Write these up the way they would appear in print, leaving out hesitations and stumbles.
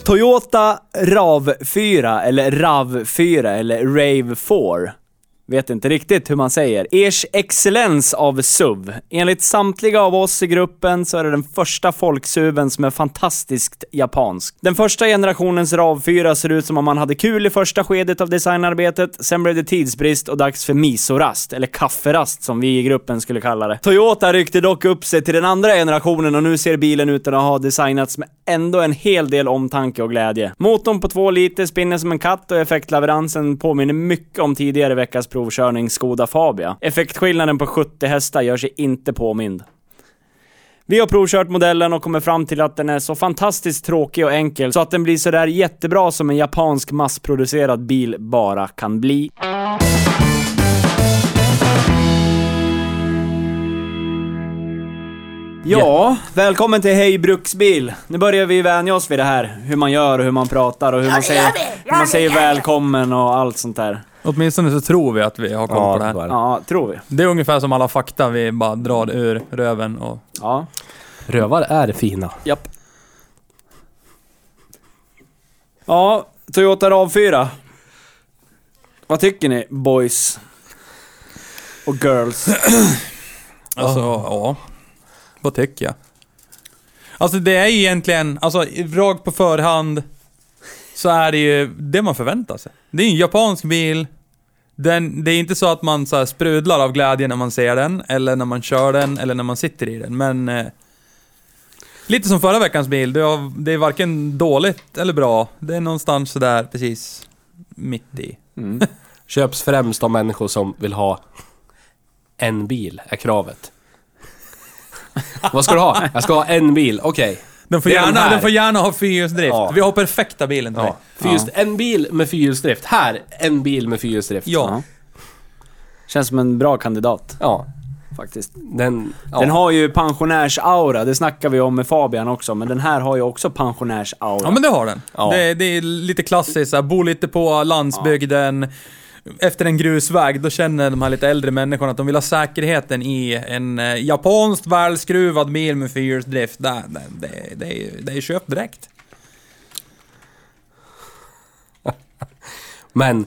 Toyota RAV4 eller RAV4 eller RAV4. Vet inte riktigt hur man säger. Ers excellens av SUV. Enligt samtliga av oss i gruppen så är det den första folksuven som är fantastiskt japansk. Den första generationens RAV4 ser ut som om man hade kul i första skedet av designarbetet. Sen blev det tidsbrist och dags för misorast, eller kafferast som vi i gruppen skulle kalla det. Toyota ryckte dock upp sig till den andra generationen och nu ser bilen ut att ha designats med ändå en hel del omtanke och glädje. Motorn på 2 liter spinner som en katt och effektleveransen påminner mycket om tidigare veckas provkörning Skoda Fabia. Effektskillnaden på 70 hästar gör sig inte påmind. Vi har provkört modellen och kommer fram till att den är så fantastiskt tråkig och enkel så att den blir så där jättebra som en japansk massproducerad bil bara kan bli. Ja, välkommen till Hej Bruksbil. Nu börjar vi vänja oss vid det här. Hur man gör och hur man pratar och hur man säger välkommen och allt sånt där. Åtminstone så tror vi att vi har koll på det här. Ja, tror vi. Det är ungefär som alla fakta vi bara drar ur röven och... Ja. Rövar är fina. Japp. Ja, Toyota RAV4. Vad tycker ni, boys och girls? Alltså, ja. Vad tycker jag? Alltså det är ju egentligen, alltså rakt på förhand så är det ju det man förväntar sig. Det är en japansk bil. Det är inte så att man så här sprudlar av glädje när man ser den, eller när man kör den, eller när man sitter i den. Men lite som förra veckans bil. Det är varken dåligt eller bra. Det är någonstans så där precis mitt i. Köps främst av människor som vill ha en bil, är kravet. Vad ska du ha? Jag ska ha en bil, okej. Den får gärna ha fyrhjulsdrift. Ja. Vi har perfekta bilen till dig. En bil med fyrhjulsdrift. Här, en bil med fyrhjulsdrift. Ja. Känns som en bra kandidat. Ja. Faktiskt. Den har ju pensionärsaura. Det snackar vi om med Fabian också. Men den här har ju också pensionärsaura. Ja, men det har den. Ja. Det är lite klassiskt. Så här, bo lite på landsbygden. Efter en grusväg, då känner de här lite äldre människorna att de vill ha säkerheten i en japanskt välskruvad bil med fyrhjulsdrift. Det är köpt direkt. Men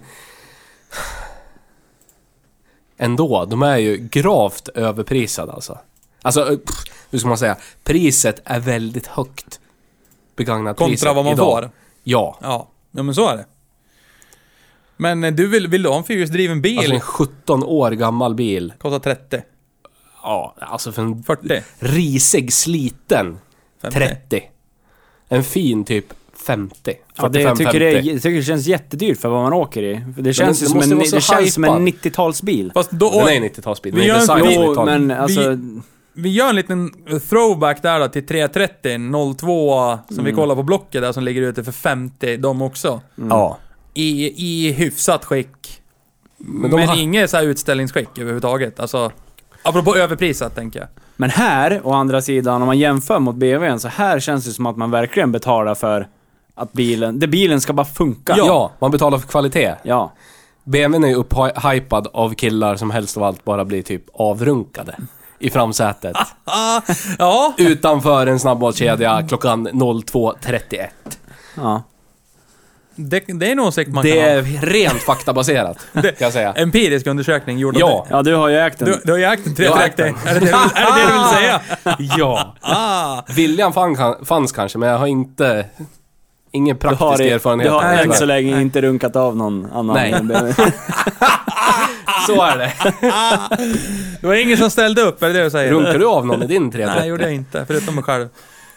ändå, de är ju gravt överprisade alltså. Alltså, hur ska man säga? Priset är väldigt högt. Begagnat priset kontra vad man idag. får. Ja, men så är det. Men du vill du ha en fyrhjulsdriven bil? Alltså en 17 år gammal bil. Kostar 30. Ja, alltså för en 40. risig, sliten 50. 30. En fin typ 50. Ja, jag tycker det känns jättedyrt för vad man åker i. Det känns ju som en 90-talsbil. Fast då, den är en 90-talsbil. Vi gör en liten throwback där då, till 330 02 som vi kollar på Blocket där som ligger ute för 50, de också. Ja. I hyfsat skick. Men inget så här utställningsskick överhuvudtaget. Alltså, apropå överprisat tänker jag. Men här, å andra sidan, om man jämför mot BMWn, så här känns det som att man verkligen betalar för att bilen ska bara funka. Ja, man betalar för kvalitet. Ja. BMWn är ju upphypad av killar som helst av allt bara blir typ avrunkade i framsätet. Ja. Utanför en snabbmatskedja klockan 02.31. Ja. Det är en åsikt man det kan ha. är rent faktabaserat, kan jag säga. Empirisk undersökning gjord ja. av Ja, du har ju ägt den. Du har ju ägt den 330. Är det det du vill säga? Ja. Viljan fanns kanske, men jag har ingen praktisk erfarenhet. Du har än så länge inte runkat av någon annan. Nej. Så är det. Det var ingen som ställde upp, är det du säger? Runkar du av någon i din 330? Nej, gjorde jag inte, förutom mig själv.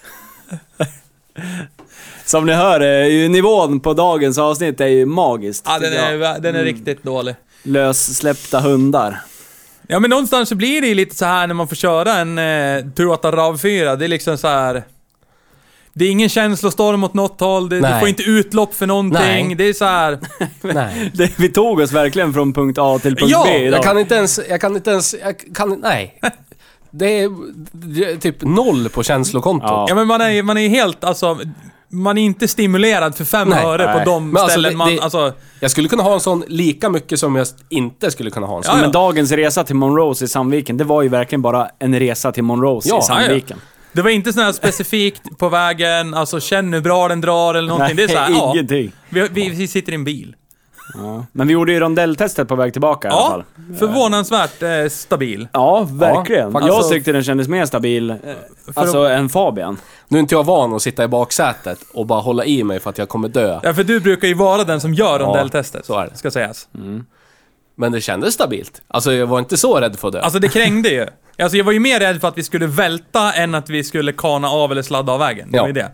Som ni hör, nivån på dagens avsnitt är ju magiskt. Ja, den är riktigt dålig. Lössläppta hundar. Ja, men någonstans så blir det ju lite så här när man får köra en Toyota RAV4. Det är liksom så här. Det är ingen känslostorm åt något håll. Du får inte utlopp för någonting. Nej. Det är så här. Nej. Vi tog oss verkligen från punkt A till punkt B idag. Jag kan inte. Nej. Det är typ 0 på känslokonto. Ja, men man är helt, alltså, man är inte stimulerad för 5 öre på de men ställen alltså, jag skulle kunna ha en sån lika mycket som jag inte skulle kunna ha en sån. Ja. Men dagens resa till Monrose i Sandviken, det var ju verkligen bara en resa till Monrose i Sandviken. Det var inte sån här specifikt på vägen, alltså känn hur bra den drar eller någonting. Nej, det är så här, ingenting. Vi sitter i en bil. Ja. Men vi gjorde ju rondelltestet på väg tillbaka i alla fall. Förvånansvärt stabil. Ja, verkligen. Ja, jag tyckte den kändes mer stabil än Fabian. Nu är inte jag van att sitta i baksätet och bara hålla i mig för att jag kommer dö. Ja, för du brukar ju vara den som gör rondelltestet. Så är det. Ska sägas. Men det kändes stabilt. Alltså jag var inte så rädd för att dö. Alltså det krängde ju. Alltså jag var ju mer rädd för att vi skulle välta än att vi skulle kana av eller sladda av vägen. Det var ju det.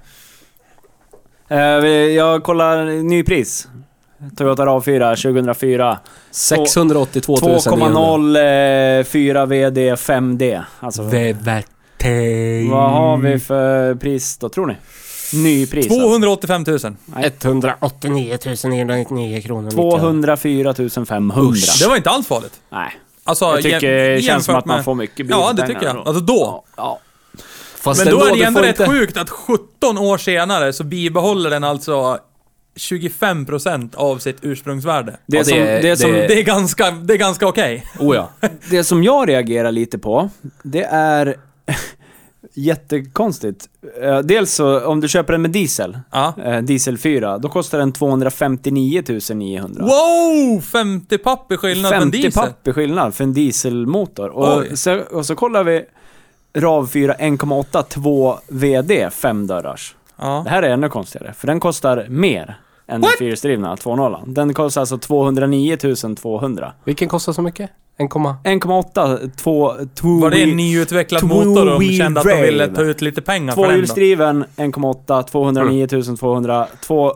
Jag kollar nypris. Toyota RAV4 2004. 682 000. 2,0 4 VD 5D. Alltså, vad har vi för pris då, tror ni? Nypris. 285 000. 189 999 kronor. 204 500. Det var inte alls farligt. Nej. Alltså, Jag tycker det känns som att man får mycket bil. Ja, det tycker jag. Alltså då. Ja. Fast Men då är det ändå rätt inte... sjukt att 17 år senare så bibehåller den alltså 25% av sitt ursprungsvärde. Det är ganska okej. Oh ja. Det som jag reagerar lite på, det är jättekonstigt. Dels så, om du köper den med diesel, diesel 4, då kostar den 259 900. Wow! 50 papp i skillnad för en diesel. 50 papp i skillnad för en dieselmotor. Och så kollar vi RAV4 1,8 2 VD 5 dörrars. Ja. Det här är ännu konstigare, för den kostar mer än den fyrhjulsdrivna 2.0. Den kostar alltså 209 200. Vilken kostar så mycket? 1,8 2 Var det en nyutvecklad motor och de kände att de ville ta ut lite pengar för den då? Tvåhjulsdriven 1,8 209 200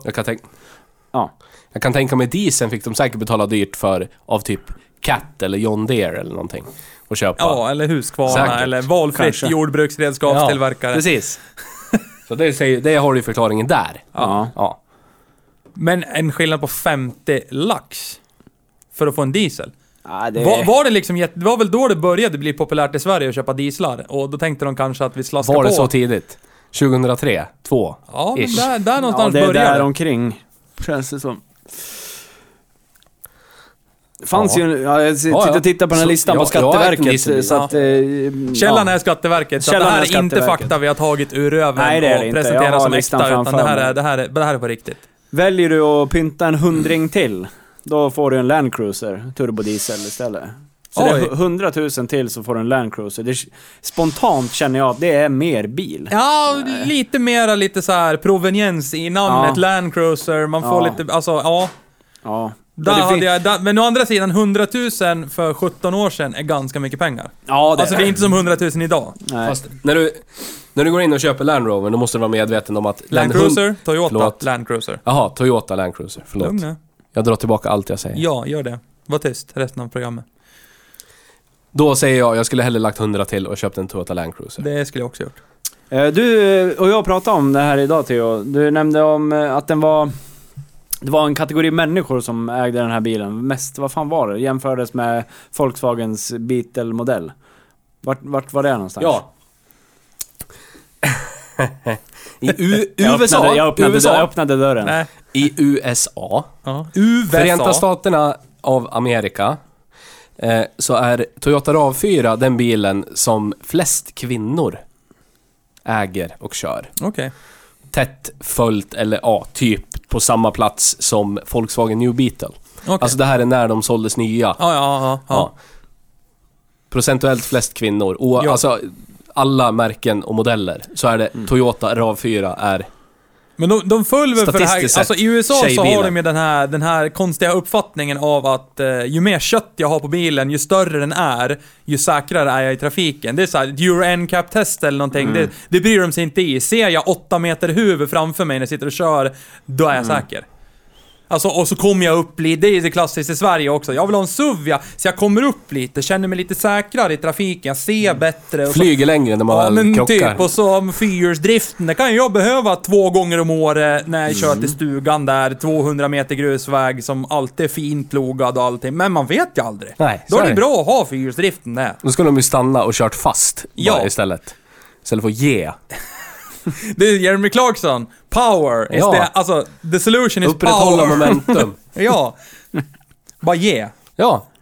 Jag kan tänka mig dieseln fick de säkert betala dyrt för av typ Cat eller John Deere eller någonting och köpa. Ja, eller Husqvarna säkert. eller valfritt jordbruksredskapstillverkare. Precis. Så det har du förklaringen där. Ja. Men en skillnad på 50 lax för att få en diesel. Ja, Var det liksom det var väl då det började bli populärt i Sverige att köpa dieslar, och då tänkte de kanske att vi slaskar på. Var det så tidigt? 2003, 2. Ja, men där någonstans det är började. där omkring. Känns det som. Fanns ju, jag sitter och tittar på den här listan på Skatteverket. Så att, källan är Skatteverket, så det här är inte fakta vi har tagit ur röven. Nej, det är det och inte. presenterar som äkta, utan det här är på riktigt. Väljer du att pynta en 100 till, då får du en Land Cruiser turbodiesel istället. Så det är 100 000 till så får du en Land Cruiser. Spontant känner jag att det är mer bil. Ja, lite mera lite så här proveniens i namnet Land Cruiser. Man får lite, alltså, Ja. Men å andra sidan, 100 000 för 17 år sedan är ganska mycket pengar. Ja, det alltså det är inte som 100 000 idag. Nej. Fast när du går in och köper Land Rover, då måste du vara medveten om att... Land Cruiser, Toyota Land Cruiser. Jaha, Toyota Land Cruiser, förlåt. Lugna. Jag drar tillbaka allt jag säger. Ja, gör det. Var tyst resten av programmet. Då säger jag skulle hellre lagt 100 till och köpt en Toyota Land Cruiser. Det skulle jag också gjort. Du och jag pratade om det här idag, Theo. Du nämnde om att det var en kategori människor som ägde den här bilen. Mest, vad fan var det? Jämfördes med Volkswagens Beetle-modell. Vart var det någonstans? Ja. I USA. Jag öppnade dörren. Nej. I USA. Ja. Förenta Staterna av Amerika. Så är Toyota RAV4 den bilen som flest kvinnor äger och kör. Okej. Tätt följt, eller typ på samma plats som Volkswagen New Beetle. Okay. Alltså det här är när de såldes nya. Ja. Procentuellt flest kvinnor. Och alltså alla märken och modeller så är det Toyota RAV4 är. Men de följer väl för det här. Alltså i USA så har de med den här konstiga uppfattningen av att ju mer kött jag har på bilen, ju större den är, ju säkrare är jag i trafiken. Det är så här Euro NCAP-test eller någonting. Det bryr de sig inte i. Ser jag 8 meter huvud framför mig när jag sitter och kör, då är jag säker. Alltså, och så kommer jag upp lite, det är det klassiskt i Sverige också. Jag vill ha en SUV, så jag kommer upp lite, känner mig lite säkrare i trafiken, jag ser bättre. Och flyger längre när man väl krockar. Typ, och så fyrhjulsdriften, det kan jag behöva 2 gånger om året när jag kör till stugan där, 200 meter grusväg som alltid är fint plogad och allting. Men man vet ju aldrig. Nej, då är det bra att ha fyrhjulsdriften där. Då ska de ju stanna och kört fast istället. Istället för att ge. Det är Jeremy Clarkson. Power. Alltså, the solution is upprätthålla power. Momentum. Ja. Bara ge. Ja.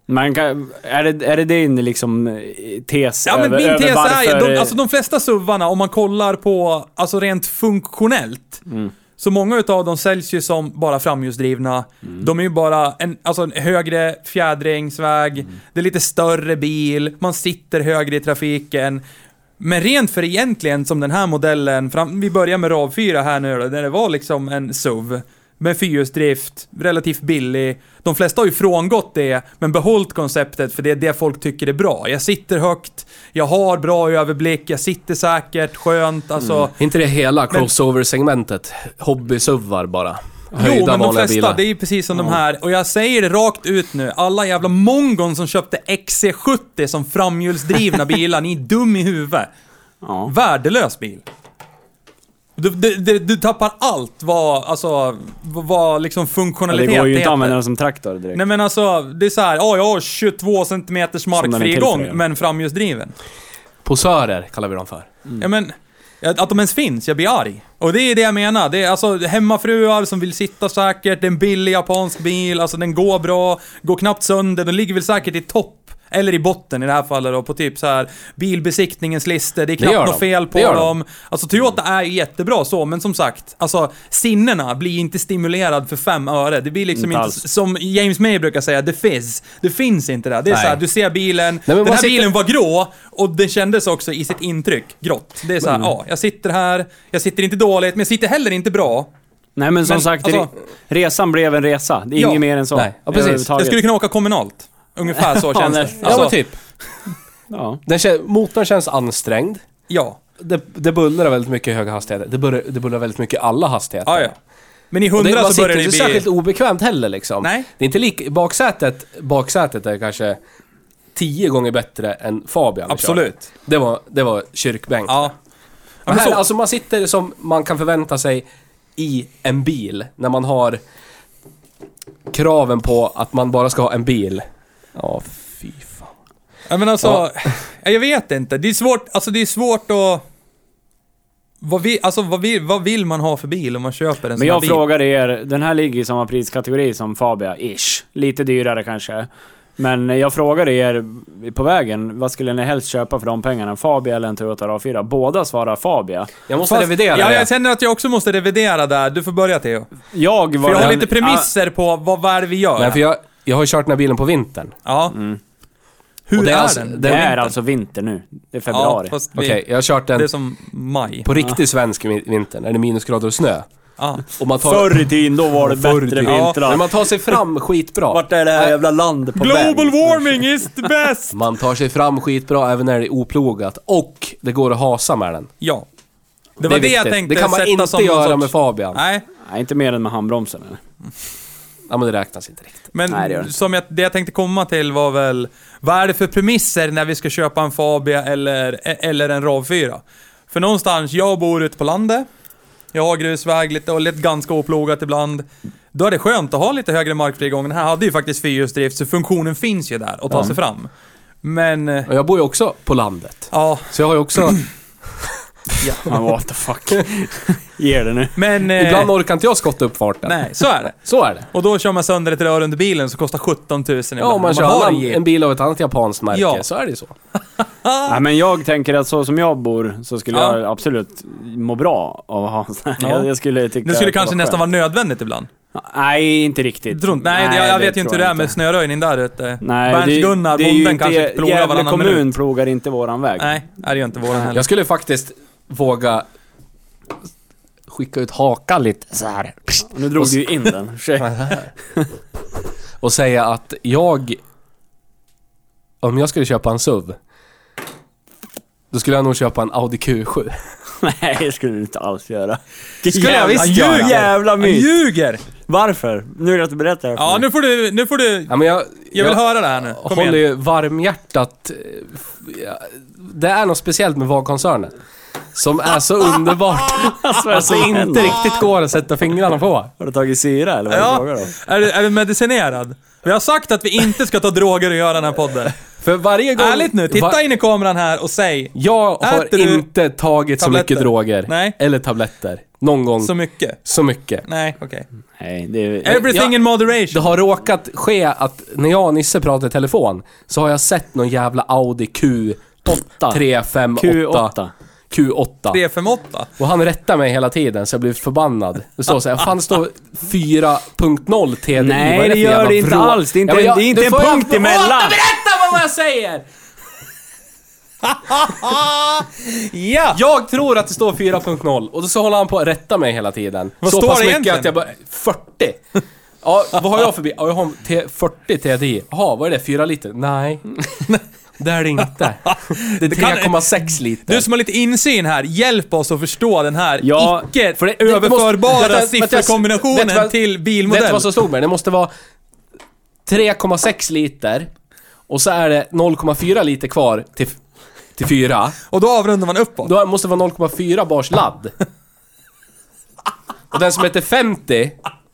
Man kan, är det din liksom tes? Ja, men min över tes varför... är de flesta SUVarna, om man kollar på alltså rent funktionellt, så många utav dem säljs ju som bara framhjulsdrivna. De är ju bara en högre fjädringsväg, det är lite större bil, man sitter högre i trafiken. Men rent för egentligen som den här modellen, vi börjar med RAV4 här nu då, där det var liksom en SUV med fyrhjulsdrift, relativt billig. De flesta har ju frångått det, men behållit konceptet, för det är det folk tycker är bra. Jag sitter högt, jag har bra överblick, jag sitter säkert, skönt, alltså... Inte det hela crossover-segmentet? Hobby-SUVar bara. Jo, men de flesta, bilar. det är ju precis som de här. Och jag säger det rakt ut nu, alla jävla mongon som köpte XC70 som framhjulsdrivna bilar, ni är dum i huvudet. Ja. Värdelös bil. Du tappar allt vad liksom funktionalitet Det går ju inte heter. att använda den som traktor direkt. Nej, men alltså, det är så här, jag har 22 centimeters markfrigång, men framhjulsdriven. Posörer kallar vi dem för. Ja, men att de ens finns, jag blir arg. Och det är det jag menar. Det är alltså hemmafruar som vill sitta säkert. Det är en billig japansk bil. Alltså den går bra, går knappt sönder. Den ligger väl säkert i topp. Eller i botten i det här fallet då, på typ så här bilbesiktningens listor. Det är knappt något fel på dem. Alltså Toyota är ju jättebra så, men som sagt, alltså sinnena blir inte stimulerad för 5 öre. Det blir liksom inte som James May brukar säga, det finns inte där. Det är så här, du ser bilen, den här bilen var grå och det kändes också i sitt intryck grått. Det är så här, jag sitter här, jag sitter inte dåligt, men jag sitter heller inte bra. Nej, men som sagt, alltså, resan blev en resa. Det är inget mer än så. Nej. Ja, precis. Jag skulle kunna åka kommunalt. Ungefär så känns det. Alltså, ja, men typ. Ja. Motorn känns ansträngd. Ja. Det bullrar väldigt mycket i höga hastigheter. Det bullrar väldigt mycket i alla hastigheter. Ja. Men i 100 så börjar det bli... inte särskilt obekvämt heller liksom. Nej. Det är inte lika... Baksätet är kanske 10 gånger bättre än Fabian. Absolut. Det var kyrkbänk. Ja. Men här, alltså man sitter som man kan förvänta sig i en bil. När man har kraven på att man bara ska ha en bil. Ja, fy fan. Ja, men alltså, jag vet inte. Det är svårt att... Vad vill man ha för bil om man köper en sån här bil? Men jag frågar er, den här ligger i samma priskategori som Fabia-ish. Lite dyrare kanske. Men jag frågar er på vägen, vad skulle ni helst köpa för de pengarna? En Fabia eller en Toyota RAV4? Båda svarar Fabia. Jag måste revidera det. Ja, jag känner att jag också måste revidera där. Du får börja, Theo. För jag har lite premisser på vad är det vi gör. Nej, för jag har kört den här bilen på vintern. Ja. Hur det är alltså, den? Det är alltså vinter nu. Det är februari. Ja, Okej, jag har kört den det är som maj. på riktigt svensk vinter. När det är minusgrader och snö. Ja. Och man tar... Förr i tiden, då var det bättre vintrar. Men man tar sig fram skitbra. Vart är det här jävla landet på väg? Global warming is the best! Man tar sig fram skitbra även när det är oplogat. Och det går att hasa med den. Ja. Det var det jag tänkte. Det kan man inte göra med Fabian. Nej, inte mer än med handbromsen eller? Ja, men det räknas inte riktigt. Men Nej, det jag tänkte komma till var väl, vad är det för premisser när vi ska köpa en Fabia eller en RAV4? För någonstans, jag bor ute på landet. Jag har grusväg lite och lite ganska oplogat ibland. Då är det skönt att ha lite högre markfrigång. Den här hade ju faktiskt fyrhjulsdrift, så funktionen finns ju där att ta sig fram. Men... Och jag bor ju också på landet. Ja. Så jag har ju också... Ja, what the fuck. Ger det nu. Men... Ibland orkar inte jag skotta upp farten. Nej, så är det. Så är det. Och då kör man sönder ett rör under bilen så kostar 17 000 ibland. Ja, om man kör en bil av ett annat japanskt märke, så är det ju så. Nej, men jag tänker att så som jag bor så skulle jag absolut må bra av att ha en sån här. Jag skulle tycka det skulle kanske nästan vara nödvändigt ibland. Nej, inte riktigt. Nej, jag vet ju inte hur det är med snöröjning där ute. Nej, Berns-Gunnar, bonden kanske plogar varannan minut. Gävle kommun plogar inte våran väg. Nej, är det ju inte våran heller. Jag skulle faktiskt våga skicka ut hakan lite så här. Nu drog du ju in den. Och säga att om jag skulle köpa en SUV, då skulle jag nog köpa en Audi Q7. Nej, det skulle du inte alls göra. Skulle jag visst göra. Jävla Han myt. ljuger! Varför? Nu är det att du berättar det. Ja, nu får du... Ja, men jag vill höra det här nu. Kom håller igen. ju varmhjärtat. Det är något speciellt med VAG-koncernen som är så underbart. Alltså inte riktigt går att sätta fingrarna på. Har du tagit syra eller vad är det frågar om? Är du medicinerad? Vi har sagt att vi inte ska ta droger och göra den här podden. För varje gång... Ärligt nu, titta in i kameran här och säg. Jag har Äter du inte tagit så mycket tabletter? droger. Nej. Eller tabletter. Någon gång. Så mycket? Nej, Nej, okej. Nej, det är... Everything in moderation. Det har råkat ske att när jag och Nisse pratar i telefon så har jag sett någon jävla Audi Q358. Q8. 358. Och han rättar mig hela tiden så jag blir förbannad. Det står så här, fan det står 4.0 TDI. Vad är Nej, för det gör jävla det inte vrå? alls. Det är inte, Ja, men det är inte du en får punkt emellan. Berätta vad jag säger! Ja! Jag tror att det står 4.0 och så håller han på att rätta mig hela tiden. Vad så står pass det mycket egentligen? att jag bara... 40. Ja, vad har jag förbi? Ja, jag har 40 TDI. Jaha, vad är det? 4 liter? Nej. Det är det inte. Det är 3,6 liter. Du som har lite insyn här, hjälp oss att förstå den här Ja, icke för det överförbara måste- sifferkombinationen till Vet bilmodell. du vad som stod med? Det måste vara 3,6 liter och så är det 0,4 liter kvar till 4. Och då avrundar man uppåt. Då måste det vara 0,4 bars ladd. Och den som heter 50,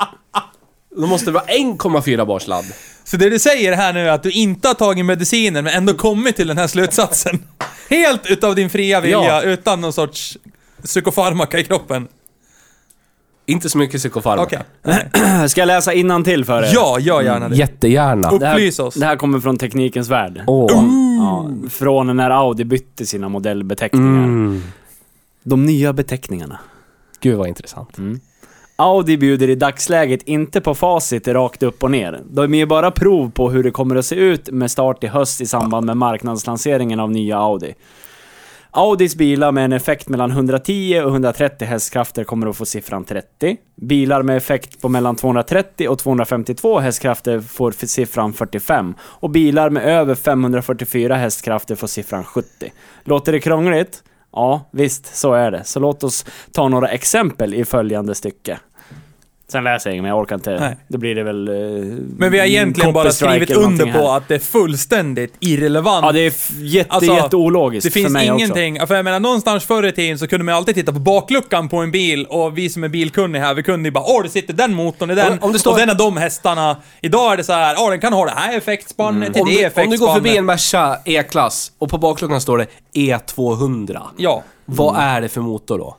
då måste det vara 1,4 bars ladd. Så det du säger här nu är att du inte har tagit mediciner men ändå kommit till den här slutsatsen. Helt utav din fria vilja, Ja. utan någon sorts psykofarmaka i kroppen. Inte så mycket psykofarmaka. Okej. Ska jag läsa innantill för er? Ja, gör gärna det. Jättegärna. Upplys oss. Det här kommer från Teknikens Värld. Åh. Ja, från när Audi bytte sina modellbeteckningar. De nya beteckningarna. Gud vad intressant. Audi bjuder i dagsläget inte på facit rakt upp och ner. De är bara prov på hur det kommer att se ut med start i höst i samband med marknadslanseringen av nya Audi. Audis bilar med en effekt mellan 110 och 130 hästkrafter kommer att få siffran 30. Bilar med effekt på mellan 230 och 252 hästkrafter får siffran 45. Och bilar med över 544 hästkrafter får siffran 70. Låter det krångligt? Ja, visst, så är det. Så låt oss ta några exempel i följande stycke. Sen läser jag inget, men jag orkar inte. Nej. Då blir det väl... Men vi har egentligen bara skrivit eller under någonting på här. att det är fullständigt irrelevant. Ja, det är jätte ologiskt det för finns mig ingenting, för jag menar någonstans förr i tiden så kunde man alltid titta på bakluckan på en bil och vi som är bilkunniga här, vi kunde ju bara, det sitter den motorn i den Om det står- och den är de hästarna. Idag är det så här, den kan ha det här effektspannet till det Om du går effektspannet. förbi en Merca E-klass och på bakluckan står det E200. Ja. Vad är det för motor då?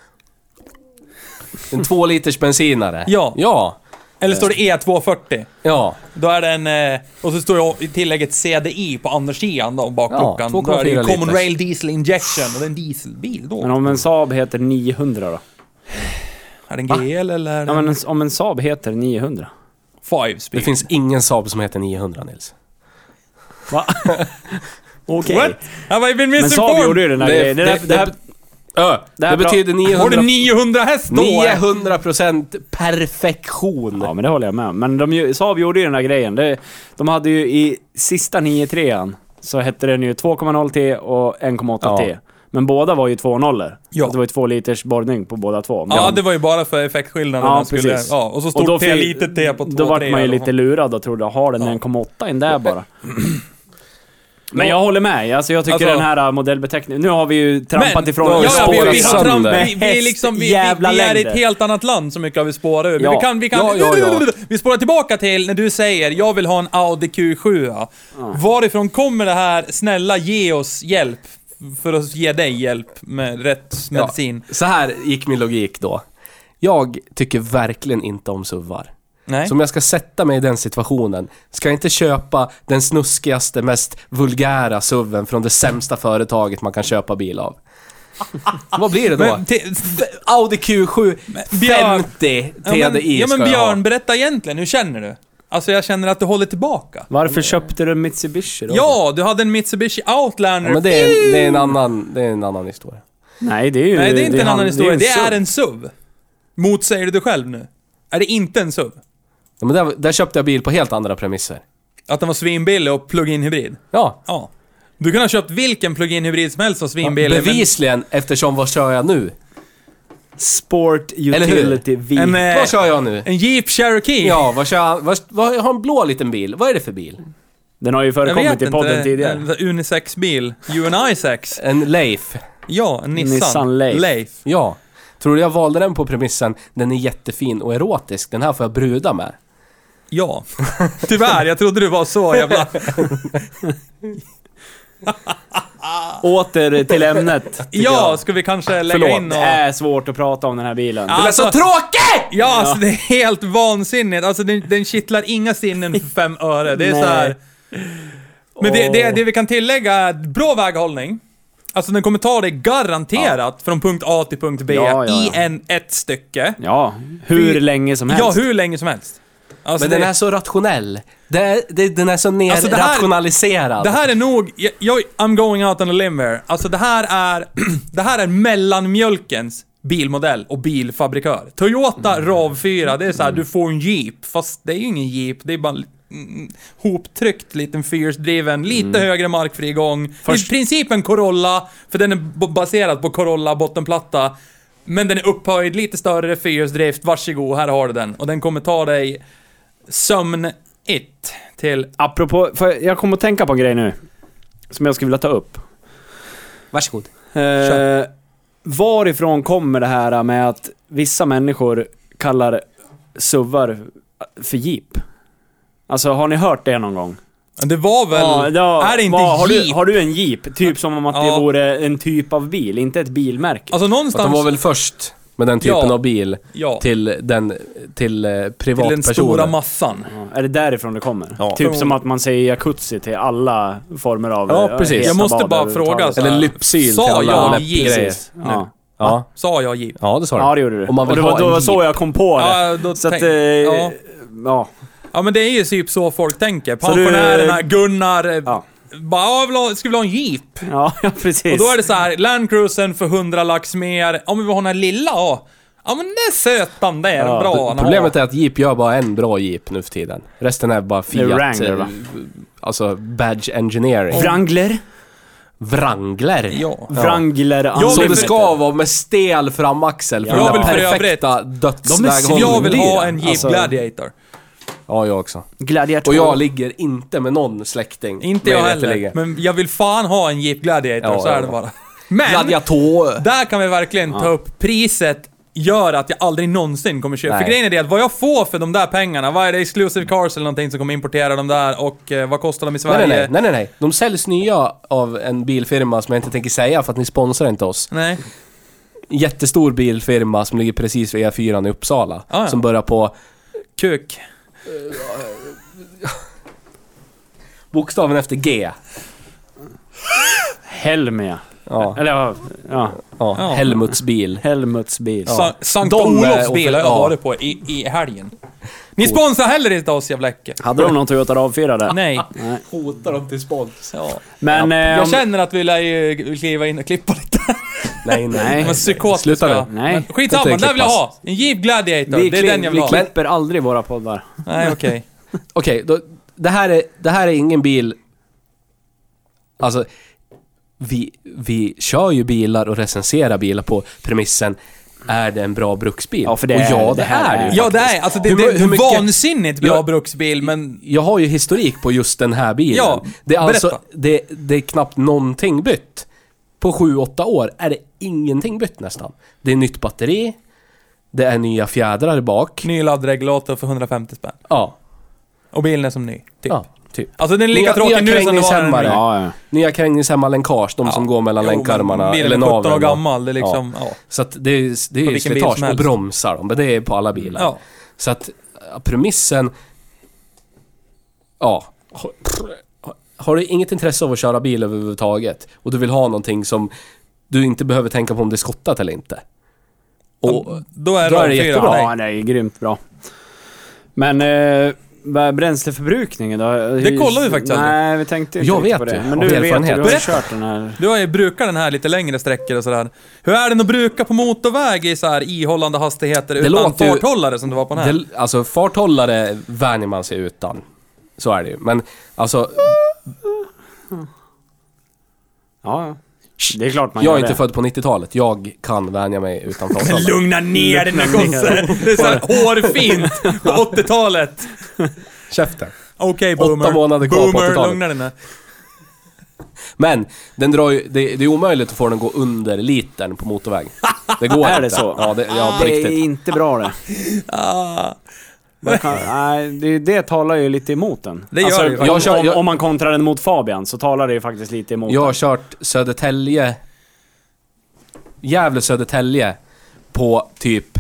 En 2 liters bensinare. Ja. Ja. Eller står det E240? Ja. Då är det en... Och så står det i tillägget CDI på andra då, bakluckan. Ja, Då är det ju 2,4 Common liters. Rail Diesel Injection och det är en dieselbil då. Men om en Saab heter 900 då? Är det en GL eller Ja, men om en Saab heter 900. 5 speed? Det finns ingen Saab som heter 900, Nils. Va? Okej. What? Have I been Men Saab misinformed? gjorde ju den här grejen. Det betyder Var det 900... 900 häst då? 900% perfektion. Ja, men det håller jag med om. Men Saab gjorde ju den här grejen. De hade ju i sista 9.3an så hette den ju 2,0T och 1,8T. Ja. Men båda var ju 2.0. Ja. Det var ju 2 liters borrning på båda två. Ja, det var ju bara för effektskillnaden. Ja, man skulle, precis. ja, och så Och stort då T, litet T på 2, Då var 3, man ju eller lite lurad och trodde, har den 1,8 in där bara. Men jag håller med. Alltså jag tycker Alltså- den här modellbeteckningen... Nu har vi ju trampat Men- ifrån Ja, vi spårat har sönder. vi är liksom, vi Jävla är i längder. ett helt annat land så mycket har vi spårat ur. Men Ja. vi kan Ja. vi spårar tillbaka till när du säger jag vill ha en Audi Q7. Varifrån kommer det här? Snälla, ge oss hjälp för att ge dig hjälp med rätt medicin. Så här gick min logik då. Jag tycker verkligen inte om SUVar. Nej. Så om jag ska sätta mig i den situationen, ska jag inte köpa den snuskigaste, mest vulgära SUVen från det sämsta företaget man kan köpa bil av. Vad blir det då? Men, Audi Q7 Björn- 50 ja, men TDI ska jag Björn, ha. berätta egentligen, hur känner du? Alltså jag känner att du håller tillbaka. Varför köpte du en Mitsubishi då? Ja, du hade en Mitsubishi Outlander. Ja, men det är en annan historia. Nej, det är ju... Nej, det är inte en annan historia. Det är SUV. en SUV. Motsäger du själv nu? Är det inte en SUV? Ja, men där köpte jag bil på helt andra premisser. Att den var svinbillig och plug-in hybrid? Ja, Ja. Du kan ha köpt vilken plug-in hybrid som helst som svinbillig. bevisligen, eftersom vad kör jag nu? Sport Eller hur? Utility V. Vad kör jag nu? En Jeep Cherokee. Ja, jag har en blå liten bil. Vad är det för bil? Den har ju Jag förekommit vet i podden inte. tidigare. En unisex-bil. You and I-sex. En Leif. Ja, en Nissan. Nissan Leif. Ja. Tror du jag valde den på premissen, den är jättefin och erotisk, den här får jag bruda med. Ja. Tyvärr, jag trodde du var så jävla... Åter till ämnet. tycker Ja, jag. ska vi kanske lägga in Det och... är svårt att prata om den här bilen. Ja. Det är så tråkigt! Ja, alltså det är helt vansinnigt. Alltså den kittlar inga sinnen för 5 öre. Det är Nej. så här. Men det vi kan tillägga är bra väghållning. Alltså den kommer ta dig garanterat från punkt A till punkt B i ett stycke. Ja, hur länge som helst. Ja, hur länge som helst. Alltså Men den är så rationell. Den är så Alltså det här- rationaliserad. Det här är nog... I'm going out on a limb here. Alltså det här är mellanmjölkens bilmodell och bilfabrikör. Toyota RAV4, det är så här, du får en Jeep. Fast det är ju ingen Jeep, det är bara hoptryckt liten fyrhjulsdriven, lite högre markfrigång. I princip en Corolla, för den är baserad på Corolla bottenplatta. Men den är upphöjd, lite större fyrhjulsdrift. Varsågod, här har du den. Och den kommer ta dig till... Apropå, jag kommer att tänka på en grej nu som jag skulle vilja ta upp. Varsågod. Varifrån kommer det här med att vissa människor kallar SUVar för Jeep? Alltså, har ni hört det någon gång? Det var väl... är det inte Jeep? Har du en Jeep? Typ som om att det vore en typ av bil, inte ett bilmärke. Alltså någonstans... Att de var väl först med den typen av bil till privatpersoner. Till den stora massan. Är det därifrån det kommer? Ja. Typ som att man säger jacuzzi till alla former av... Ja, precis. Jag måste bad bara överhuvudtaget. fråga så här. Eller lypsyl till Sa alla jag läppgrejer. Jesus nu? Ja. Ja. Sa jag Jeep? Ja, det sa du. Ja, det gjorde du. Om man vill och det ha var en då så Jeep. jag kom på det. Ja, då Så att... ja. Ja. Ja, men det är ju typ så folk tänker. Så du- Pensionärerna, Gunnar, Ja. bara, ska vi ha en Jeep? Ja, precis. Och då är det så här, Land Cruisern för 100 lax mer. Om vi vill ha den här lilla, ja men det är sötan där, Ja. bra. Problemet är att Jeep gör bara en bra Jeep nu för tiden. Resten är bara Fiat. Wrangler, va? Alltså badge engineering. Wrangler. Wrangler. Ja. Wrangler. Jag Som vill det för- ska vara med stel framaxel för Jag den vill för perfekta övrigt- dödsväghållningen. Jag vill ha en Jeep Alltså- Gladiator. Ja, jag också. Gladiator. Och jag ligger inte med någon släkting. Inte jag mig heller. veterligen. Men jag vill fan ha en Jeep Gladiator, Ja, så är ja. det bara. Men, Gladiator. där kan vi verkligen ta upp priset. Gör att jag aldrig någonsin kommer köpa. Nej. För grejen är det att vad jag får för de där pengarna, vad är det, Exclusive Cars eller någonting som kommer importera de där, och vad kostar de i Sverige? Nej. De säljs nya av en bilfirma som jag inte tänker säga för att ni sponsrar inte oss. Nej. Jättestor bilfirma som ligger precis vid E4 i Uppsala. Ja. Som börjar på Kuk. bokstaven efter G. Helmia. Ja, Eller ja. Helmuts bil. Helmuts bil. Ja. Sankt De är Olofs bil har jag ja. varit på i helgen. Ni sponsrar heller inte oss, jävla äcke. Hade de någon Toyota RAV4 där? Nej. Nej. Hotar dem till spons. Ja. Men... Jag känner att vi lär ju kliva in och klippa lite. Nej. Nej. Men psykotiska. Sluta nu. Nej. Men skitsamma, Det inte där vill jag klippas. ha. En Jeep Gladiator, vi det är den jag vill ha. klipper aldrig våra poddar. Nej, okej. Okej, det här är ingen bil. Alltså, vi kör ju bilar och recenserar bilar på premissen. Är det en bra bruksbil? Ja, för det och är- ja, det det här är är- det. Ja, det är, alltså det Hur är mycket- vansinnigt bra Ja. bruksbil, men... Jag har ju historik på just den här bilen. Ja, det är alltså, berätta. det är knappt någonting bytt. På 7-8 år är det ingenting bytt nästan. Det är nytt batteri. Det är nya fjädrar bak. Ny laddregulator för 150 spänn. Ja, Och bilen är som ny, typ. ja, typ. Alltså den är lika Nya tråkig nu som det var när den krängningshämmare. Ja, ja. Nya krängningshämmarlänkage, de som går mellan länkarmarna Bilen eller är 17 år naveln. gammal, det är liksom... Ja. Så att det är ju vilken bil som slitage och helst. bromsar de, men det är på alla bilar. Ja. Så att premissen... Ja. Har du inget intresse av att köra bil överhuvudtaget och du vill ha någonting som du inte behöver tänka på om det är skottat eller inte. Och Då är Då är det det jättebra. fyra. Ja, det är ju grymt bra. Men vad är bränsleförbrukningen då? Det kollar vi faktiskt aldrig. Nej, vi tänkte inte Jag riktigt vet på det. ju, Men av du vet ju, erfarenhet. du har ju Berätta. kört den här. Du har ju brukat den här lite längre sträckor och sådär. Hur är den att bruka på motorväg i så här ihållande hastigheter utan låter ju- farthållare som det var på den här? alltså farthållare vänjer man sig utan. Så är det ju. Men alltså, Ja. Det är klart man jag gör är inte det. född på 90-talet. Jag kan vänja mig utan farthållare. Lugna ner den här gosse! Det är såhär hårfint på 80-talet. Käften. Okej, boomer. 8 månader kvar på Boomer, 80-talet. lugna den här. Men den drar ju, det är omöjligt att få den att gå under litern på motorväg. Det går Är inte. det så? Ja, på Det är riktigt. inte bra det. Ah. Nej, det talar ju lite emot den. Det gör det. Om man kontrar den mot Fabian så talar det ju faktiskt lite emot Jag har den. kört Gävle-Södertälje på typ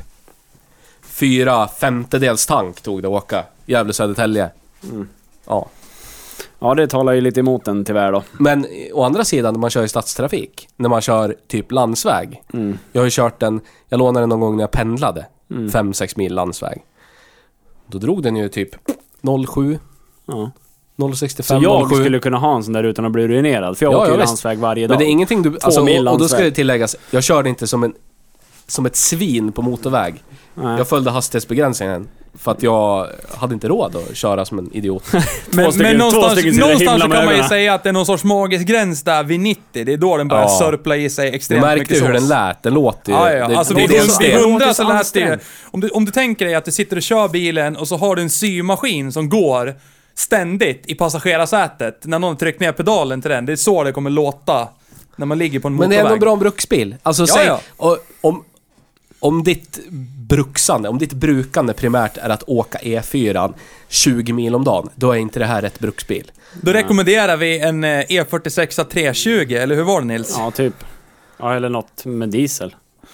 4/5 tank tog det att åka. Gävle-Södertälje. Ja. Ja, det talar ju lite emot den tyvärr då. Men å andra sidan, när man kör i stadstrafik, när man kör typ landsväg. Jag har ju kört den, jag lånade den någon gång när jag pendlade 5-6 mil landsväg. Då drog den ju typ 0,7. Ja. 0,65, Så jag 0,7. skulle kunna ha en sån där utan att bli ruinerad. För jag åker ju landsväg varje dag. Men det är ingenting du... 2 mil och då ska landsväg. det tilläggas, jag körde inte som ett svin på motorväg. Nej. Jag följde hastighetsbegränsningen för att jag hade inte råd att köra som en idiot. Men någonstans himla så med kan man ju ögonen. säga att det är någon sorts magisk gräns där vid 90. Det är då den börjar sörpla i sig Du extremt märkte mycket ju hur sås. den lät. Den låter ju... Ja. Alltså vid det är 100 så lät det ju... ansträngd. Om du tänker dig att du sitter och kör bilen och så har du en symaskin som går ständigt i passagerarsätet. När någon trycker ner pedalen till den. Det är så det kommer låta när man ligger på en Men motorväg. det är ändå bra en bruksbil. Alltså Ja, säg... ja. Om ditt brukande primärt är att åka E4 20 mil om dagen, då är inte det här rätt bruksbil. Då rekommenderar vi en E46 320, eller hur var det, Nils? Ja, typ. Ja, eller något med diesel.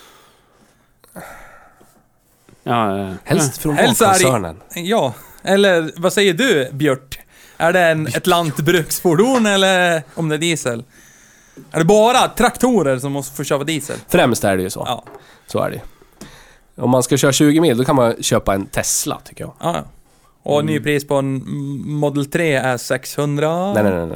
Ja, Helst från Helst är det- koncernen. Ja, eller vad säger du, Björt? Är det ett lantbruksfordon eller om det är diesel? Är det bara traktorer som måste få köra diesel? Främst är det ju så. Ja. Så är det. Om man ska köra 20 mil, då kan man köpa en Tesla, tycker jag. Ja. Och nypris på en Model 3 är 600...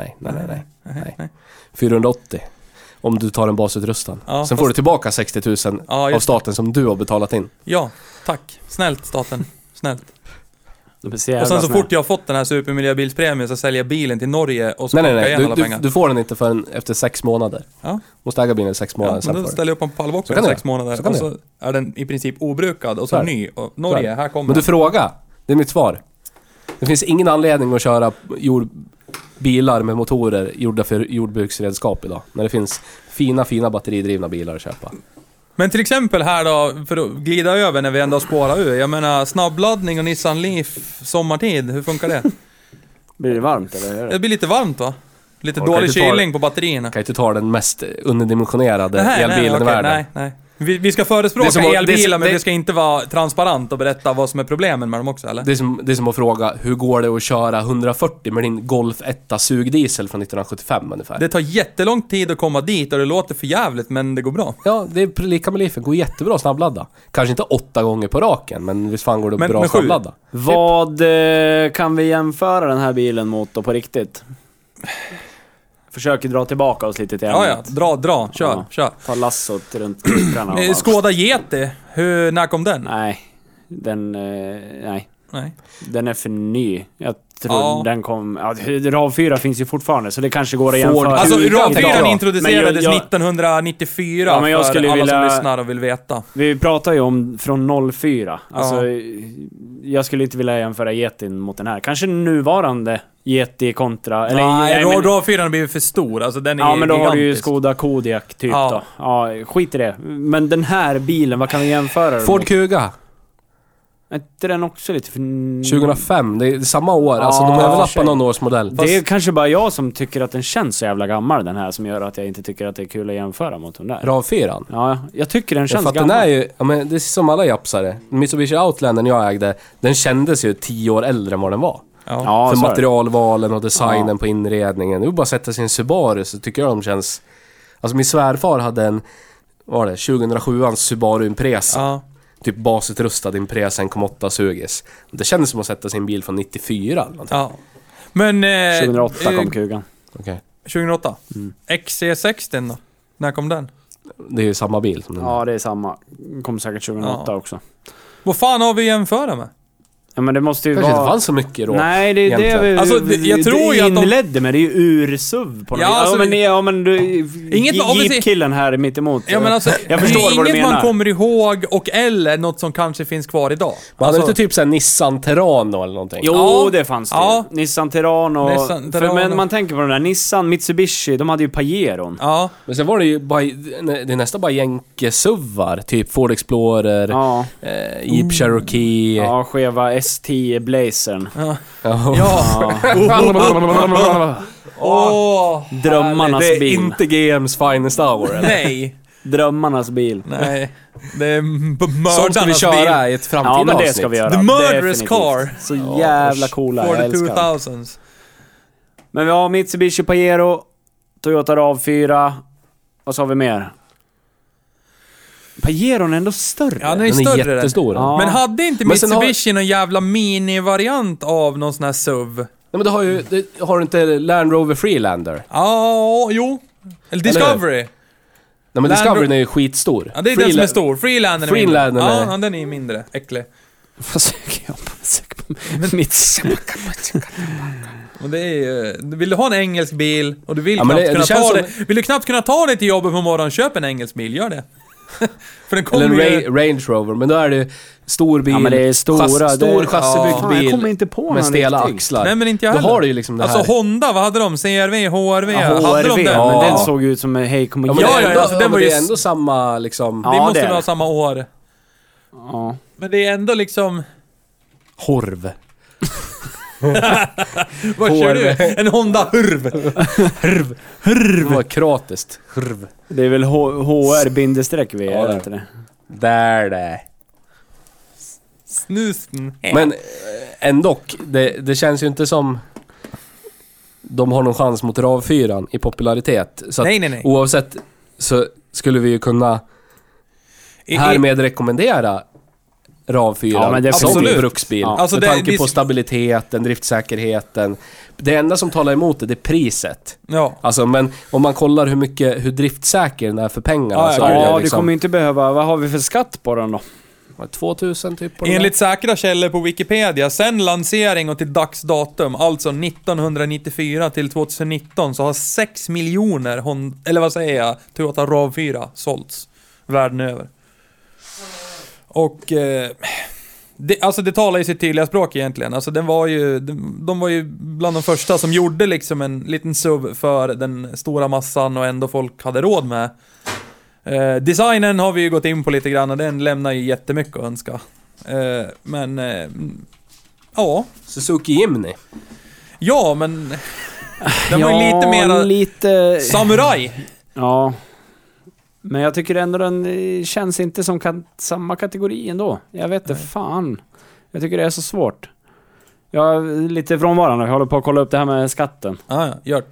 Nej. 480. Om du tar en basutrustad. Ja, Sen får du tillbaka 60 000 Ja, av just staten som du har betalat in. Ja, tack. Snällt, staten. Snällt. de är Och sen så fort jag har fått den här supermiljöbilspremien så säljer jag bilen till Norge och så Nej. igen alla pengar. Du får den inte förrän efter 6 månader. Ja. Måste äga bilen i 6 månader, Ja, sen men då får du. ställer jag upp en Så pallbox kan i det. 6 månader Så kan och det. så är den i princip obrukad och Så så är ny. Och Så Norge, är här kommer Men du fråga. Det är mitt svar. Det finns ingen anledning att köra bilar med motorer gjorda för jordbruksredskap idag. När det finns fina batteridrivna bilar att köpa. Men till exempel här då, för att glida över när vi ändå spårar ur. Jag menar, snabbladdning och Nissan Leaf sommartid, hur funkar det? Blir det varmt eller? Det blir lite varmt, va? Lite Ja, dålig kan inte ta- kylning på batterierna. Kan inte ta den mest underdimensionerade elbilen i okej, världen. nej. Vi ska förespråka Det är som att- elbilar, men det- vi ska inte vara transparent och berätta vad som är problemen med dem också, eller? Det är som att fråga, hur går det att köra 140 med din Golf 1 sugdiesel från 1975 ungefär? Det tar jättelång tid att komma dit och det låter för jävligt, men det går bra. Ja, det är lika med Leafen. Går jättebra att snabbladda. Kanske inte 8 gånger på raken, men visst fan går det Men- bra men att 7. snabbladda. Vad kan vi jämföra den här bilen mot då på riktigt? Försöker dra tillbaka oss lite till Ja, ämnet. dra, kör. Ta lassot runt knutarna. och allt. Skåda Yeti, när kom den? Nej, nej. Nej. Den är för ny. Jag tror Ja. den kom... Ja, RAV4 finns ju fortfarande, så det kanske går att Ford jämföra. Alltså Kuga, tänker RAV4 jag. introducerades Men jag- 1994 Ja, men jag för skulle alla som vilja- lyssnar och vill veta. Vi pratar ju om från 04. Alltså, jag skulle inte vilja jämföra Yetin mot den här. Kanske nuvarande Yeti kontra... Eller, Nej, men- RAV4 har blivit för stor. Alltså den är Ja, men då har du ju gigantisk. Skoda Kodiaq typ Ja. då. Ja, skit i det. Men den här bilen, vad kan vi jämföra den Ford mot? Kuga, Är inte den också lite för... 2005. Det är samma år. Alltså de Ja, överlappar shit. någon års modell. Det är kanske bara jag som tycker att den känns så jävla gammal, den här, som gör att jag inte tycker att det är kul att jämföra mot den där. RAV4. Ja, jag tycker den Ja, känns för att gammal. den är ju, ja, men det är som alla japsare. Mitsubishi Outlandern jag ägde, den kändes ju 10 år äldre än vad den var. Ja. Ja, För så är det. materialvalen och designen Ja. på inredningen. Nu bara sätta sin Subaru så tycker jag de känns... Alltså min svärfar hade en, vad var det, 2007ans Subaru Impresa. Ja. Typ basutrustad Impresa 1,8 sugis. Det kändes som att sätta sin bil från 94 eller någonting. Ja. Men... 2008 kom Kugan. Okej. 2008. XC60 då? När kom den? Det är ju samma bil som den Ja, det är samma. Kom säkert 2008 också. Vad fan har vi att jämföra med? Ja, men det måste ju kanske inte vara... fanns så mycket då. Nej, det är det egentligen. vi, Alltså, jag tror ju att de- inledde med. Det är ju ur-SUV på något Ja, vis. alltså, men du... Inget- om vi ser- Jeep-killen här mitt emot. Ja, men alltså, jag förstår det är vad du inget menar. man kommer ihåg och eller något som kanske finns kvar idag. Man hade Alltså, inte typ såhär Nissan Terrano eller någonting. Jo, Ja. det fanns det. Ja. Nissan Terrano. Nissan Terrano. Men man tänker på den där Nissan, Mitsubishi, de hade ju Pajeron. Ja. Men sen var det ju bara, det är nästan bara jänkesuvar. Typ Ford Explorer, Ja. Jeep Cherokee. Ja, skeva S10 Blazern. Ja. Drömmarnas det är bil. inte GMs finest hour, eller? Nej. Drömmarnas bil. Nej. Det är Sånt ska vi mördarnas köra bil. i ett framtida Ja, men det avsnitt. ska vi göra. The murderous Definitivt. car. Så jävla coola, For jag the älskar dem. 2000s. Men vi har Mitsubishi Pajero, Toyota RAV4. Vad sa vi mer? Pajeron är ändå större. Ja, den är Den är större. jättestor. Ja. Men hade inte Men sen Mitsubishi någon jävla mini-variant av någon sån här SUV? Nej, men har du inte Land Rover Freelander? Ja, jo. Eller Discovery. Nej, men Land Discoveryn Ro- är ju skitstor. Ja, det är den som är stor. Freelander är mindre. Freelander är- Ja, den är mindre. Äcklig. Vad söker jag på? Söker på Mitsubishi. Och det är ju... Vill du ha en engelsk bil och du vill Ja, men knappt det kunna känns ta som- det... Vill du knappt kunna ta dig till jobbet på morgonen, köp en engelsk bil. Gör det. För den Eller kommer en ju... Range Rover, men då är det stor bil. Ja, men det är stora. Stor det, chassibyggd Fan, bil. jag kommer inte på någon med stela riktig. axlar. Nej, men inte jag Då heller. har du ju liksom det här. Alltså Honda, vad hade de? CRV, HRV? Ja, Hade de HRV, den? men Ja. den såg ut som en hej, kommer Ja, men Ja, det är ja, ändå, alltså, den ja, var men ju det är ändå samma liksom... Ja, Det måste det är väl ha det. samma år. Ja. Men det är ändå liksom... Horv. Vad kör du? HRV. En Honda Hurv. Det var kratiskt. Horv. Det är väl HR-V, är det inte det? Där det. Snusten. Men ändå, det känns ju inte som de har någon chans mot RAV4 i popularitet. Så att Nej. oavsett så skulle vi ju kunna härmed rekommendera RAV4 Ja, men som absolut. bruksbil. Ja. Alltså med det- tanke det- på stabiliteten, driftsäkerheten. Det enda som talar emot det är priset. Ja. Alltså, men om man kollar hur driftsäker den är för pengarna Ja, så är det Ja, du liksom kommer inte behöva... Vad har vi för skatt på den då? 2000 typ på den Enligt säkra källor på Wikipedia, sen lansering och till dags datum, alltså 1994 till 2019, så har 6 miljoner Toyota RAV4 sålts världen över. Och det talar ju sitt tydliga språk egentligen. Alltså de var ju bland de första som gjorde liksom en liten SUV för den stora massan och ändå folk hade råd med. Designen har vi ju gått in på lite grann och den lämnar ju jättemycket att önska. Ja. Suzuki Jimny. Ja, men den var ju lite mera lite... samurai. Ja. Men jag tycker ändå den känns inte som samma kategori ändå. Jag vet inte, fan. Jag tycker det är så svårt. Jag är lite frånvarande. Jag håller på att kolla upp det här med skatten. Ja, gjort.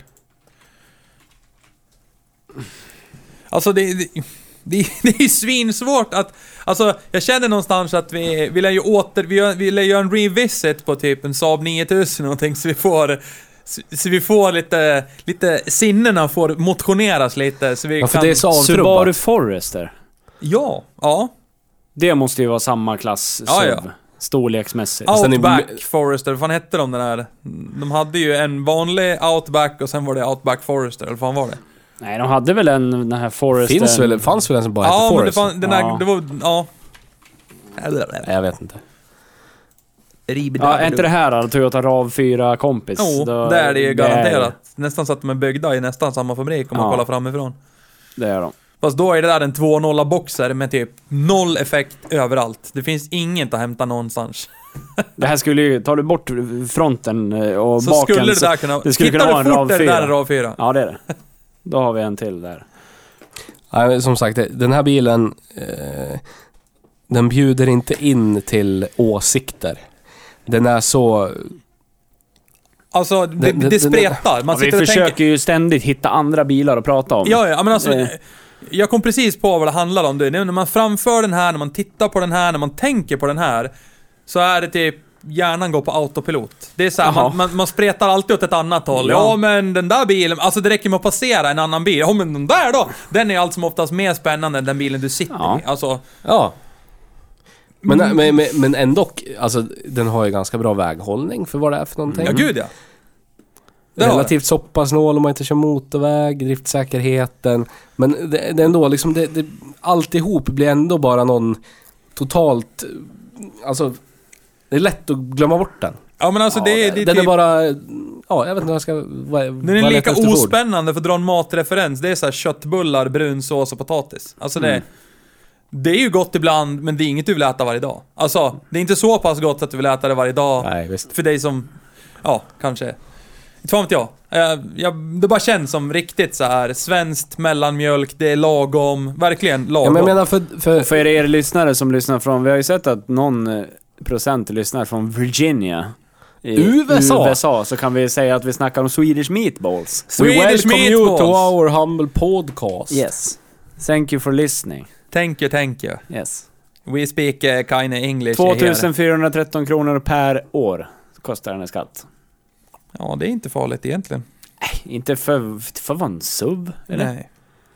Alltså det är ju svinsvårt att... Alltså jag känner någonstans att vi lär ju vi lär göra en revisit på typ en Saab 9000 någonting så vi får lite sinnena får motioneras lite så vi Ja, för kan... det är så Subaru avtrubbat. Forester. Ja. Det måste ju vara samma klass Ja, SUV. ja. Storleksmässigt. Sen är- Outback Forester, vad fan hette de där? De hade ju en vanlig Outback och sen var det Outback Forester, eller vad fan var det? Nej, de hade väl den här Forester... Fanns väl en som bara Ja, hette men det Forest? fann, den där, Ja. det var... Ja. Nej, jag vet inte. Ja, är inte det här då, Toyota RAV4 kompis? Jo, Då- det är det ju garanterat. Nästan så att de är byggda i nästan samma fabrik om man Ja. kollar framifrån. Det är de. Fast då är det där en 2.0 boxer med typ noll effekt överallt. Det finns inget att hämta någonstans. Det här skulle ju... Tar du bort fronten och Så baken skulle det där kunna... det skulle Tittar kunna vara du en fort är det RAV4. där en RAV4. Ja, det är det. Då har vi en till där. Nej, som sagt, den här bilen den bjuder inte in till åsikter. Den är så... Alltså, det spretar. Man Vi sitter och försöker tänker... ju ständigt hitta andra bilar att prata om. Ja, men alltså... Eh. Jag kom precis på vad det handlar om. Det är när man framför den här, när man tittar på den här, när man tänker på den här, så är det typ hjärnan går på autopilot. Det är så här, Jaha. man spretar alltid åt ett annat håll. Ja. Ja, men den där bilen, alltså det räcker med att passera en annan bil. Ja, men den där då? Den är allt som oftast mer spännande än den bilen du sitter Ja. i. Alltså, Ja. Men ändå, alltså den har ju ganska bra väghållning för vad det är för någonting. ja gud ja. Det har Relativt sopparsnål om man inte kör motorväg, driftsäkerheten. Men det är ändå liksom, alltihop blir ändå bara någon totalt... Alltså, det är lätt att glömma bort den. Ja, men alltså det är Den typ, är bara... Ja, jag vet inte vad jag ska... den är lika ospännande för att dra en matreferens. Det är så här köttbullar, brunsås och potatis. Alltså det Det är ju gott ibland, men det är inget du vill äta varje dag. Alltså, det är inte så pass gott att du vill äta det varje dag. Nej, visst. För dig som, ja, kanske. Inte fan vet jag. Det bara känns som riktigt så här svenskt mellanmjölk, det är lagom, verkligen lagom. Ja, men jag menar För er lyssnare som lyssnar från, vi har ju sett att någon procent lyssnar från Virginia i USA, så kan vi säga att vi snackar om Swedish meatballs. Swedish We welcome you meatballs. to our humble podcast. Yes. Thank you for listening. Thank you. Yes. We speak kind of English 2413 kronor per år kostar den här skatt. Ja, det är inte farligt egentligen. Inte för vad en SUV, eller? Nej.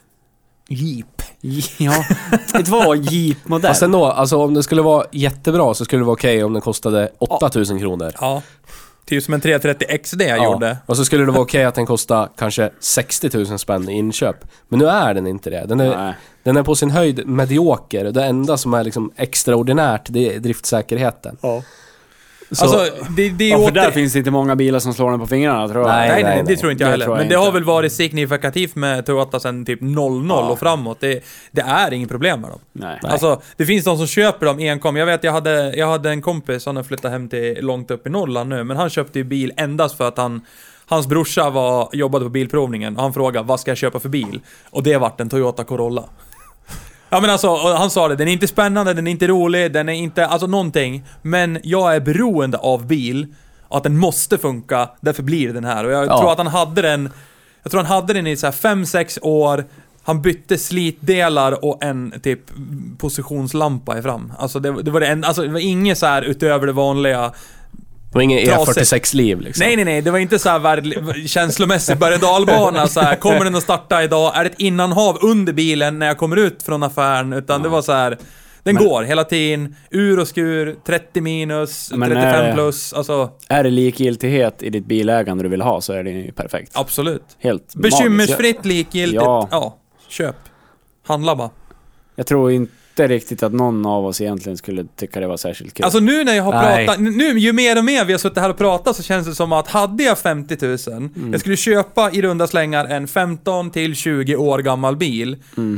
Jeep. Ja, det var Jeep-modell. Fast ändå, alltså om det skulle vara jättebra så skulle det vara okej om den kostade 8000 kronor. Ja. Typ som en 330 XD gjorde. Och så skulle det vara okej att den kostar kanske 60 000 spänn i inköp. Men nu är den inte det. Den är på sin höjd medioker. Det enda som är liksom extraordinärt, det är driftsäkerheten. Ja. Så, Alltså, det är för där finns inte många bilar som slår den på fingrarna, tror jag. Nej, det tror inte jag heller. tror jag Men det inte. har väl varit signifikativt med Toyota sen typ 00 och framåt. Det är inget problem med dem. Nej. Alltså, det finns de som köper dem enkom. Jag vet, jag hade en kompis, han har flyttat hem till långt upp i Norrland nu, men han köpte ju bil endast för att hans brorsa jobbade på bilprovningen och han frågade, vad ska jag köpa för bil? Och det vart en Toyota Corolla. Ja, men alltså, han sa det, den är inte spännande, den är inte rolig, den är inte, alltså någonting. Men jag är beroende av bil, att den måste funka, därför blir den här. Och jag tror att han hade den i så här 5-6 år. Han bytte slitdelar och en typ positionslampa i fram. Alltså det var inget så här utöver det vanliga. det var ingen E46-liv liksom. Nej, det var inte så här känslomässigt berg-och-dalbana så här, kommer den att starta idag? Är det ett innanhav under bilen när jag kommer ut från affären? Utan det var så här, den går hela tiden, ur och skur, 30 minus, 35 plus, alltså. Är det likgiltighet i ditt bilägande du vill ha, så är det ju perfekt. Absolut. Helt Bekymmersfritt, likgiltigt. Ja. Ja, köp. Handla bara. Jag tror inte riktigt att någon av oss egentligen skulle tycka det var särskilt kul. Alltså nu när jag har pratat, ju mer och mer vi har suttit här och pratat, så känns det som att hade jag 50 000, jag skulle köpa i runda slängar en 15 till 20 år gammal bil.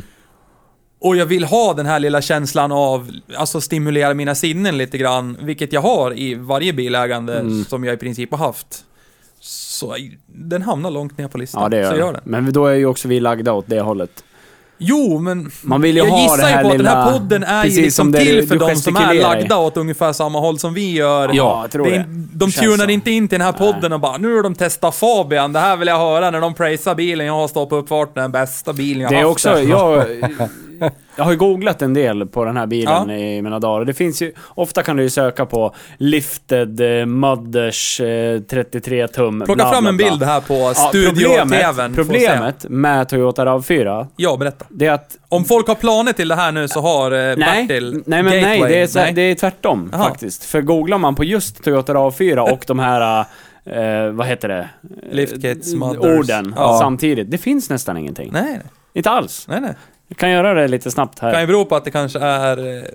Och jag vill ha den här lilla känslan av, alltså stimulera mina sinnen lite grann, vilket jag har i varje bilägande som jag i princip har haft. Så den hamnar långt ner på listan. Ja, det gör, så gör det. Men då är ju också vi lagda åt det hållet. Jo, men man vill ju jag ha gissar det här ju på att lilla, den här podden är ju liksom till för de som är lagda åt ungefär samma håll som vi gör. Ja, jag tror det. De tunar inte in till den här podden och bara, nu har de testat Fabian, det här vill jag höra när de prisar bilen jag har stått på uppfarten, den bästa bilen jag har haft. Det är också, jag har ju googlat en del på den här bilen i mina dagar. Det finns ju, ofta kan du ju söka på lifted Mothers 33 tum. Plocka fram en bild här på studio-tvn. Problemet med Toyota RAV4. Ja, berätta. Det är att om folk har planer till det här nu så har Bertil Nej, det är tvärtom faktiskt. För googlar man på just Toyota RAV4 och de här vad heter det? Liftkits, Mothers. Orden samtidigt. Det finns nästan ingenting. Nej. Inte alls. Nej. Jag kan göra det lite snabbt här. Kan ju bero på att det kanske är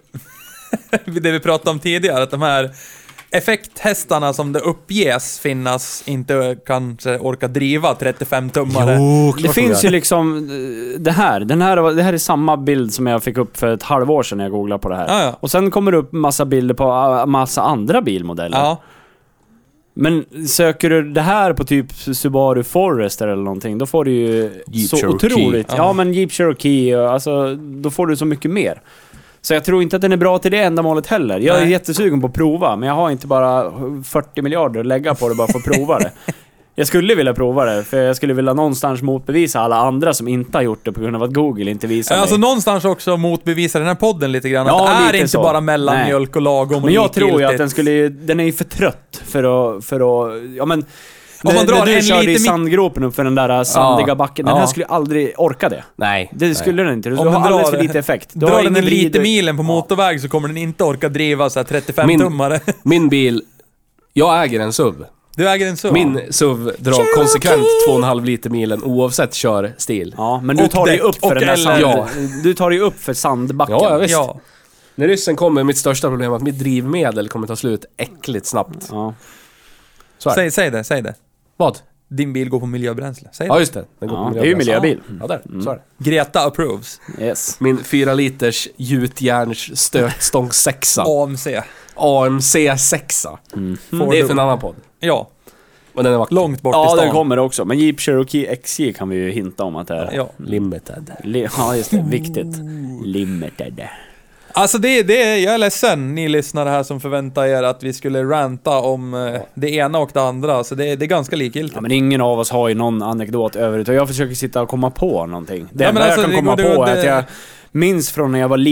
det vi pratade om tidigare, att de här effekthästarna som det uppges finnas inte kanske orkar driva 35-tummare. Det finns ju liksom det här är samma bild som jag fick upp för ett halvår sedan när jag googlade på det här. Ja. Och sen kommer det upp massa bilder på massa andra bilmodeller. Ja. Men söker du det här på typ Subaru Forester eller någonting, då får du ju Jeep så Cherokee. otroligt. Ja, men Jeep Cherokee, alltså, då får du så mycket mer. Så jag tror inte att den är bra till det ändamålet heller. Jag är jättesugen på att prova, men jag har inte bara 40 miljarder att lägga på det bara för att prova det. Jag skulle vilja prova det, för jag skulle vilja någonstans motbevisa alla andra som inte har gjort det på grund av att Google inte visar mig. Alltså någonstans också motbevisa den här podden lite grann. Ja, att det är inte så. bara mellanmjölk och lagom och men jag tror ju att likgiltigt. den är ju för trött för att ja men om man drar du en körde i lite sandgropen upp för den där sandiga backen. Den här skulle aldrig orka det. Nej. Det skulle den inte. Du Om har den alldeles drar- för lite effekt. Du Drar har den ingen en lite vrider- milen på motorväg så kommer den inte orka driva så här 35-tummare. Min bil, jag äger en SUV. Du äger en så. Min SUV drar konsekvent 2,5 liter milen oavsett körstil. Ja, men du Och tar dig däck upp för och den där eller- Ja. Du tar dig upp för sandbacken. Ja, visst. Ja. När ryssen kommer, mitt största problem är att mitt drivmedel kommer ta slut äckligt snabbt. Ja. Så är det. Säg det. Vad? din bil går på miljöbränsle. Säg Ja, just det. Den går på det är ju miljöbil. Ja, där. Så är det. Greta approves. Yes. Min 4 liters gjutjärns stötstång 6. AMC. AMC 6. Det är för en annan podd. Ja, Men den är vacker. långt bort i Ja, stan. den kommer också. Men Jeep Cherokee XJ kan vi ju hinta om att det är. Ja. Limited. Ja, just det. Viktigt. Limited. Alltså jag är ledsen, ni lyssnare här som förväntar er att vi skulle ranta om det ena och det andra. Så det är ganska likgiltigt. Ja, men ingen av oss har ju någon anekdot övrigt. Och jag försöker sitta och komma på någonting. Det Ja, enda men alltså, jag kan komma det- på är det- att jag minns från när jag var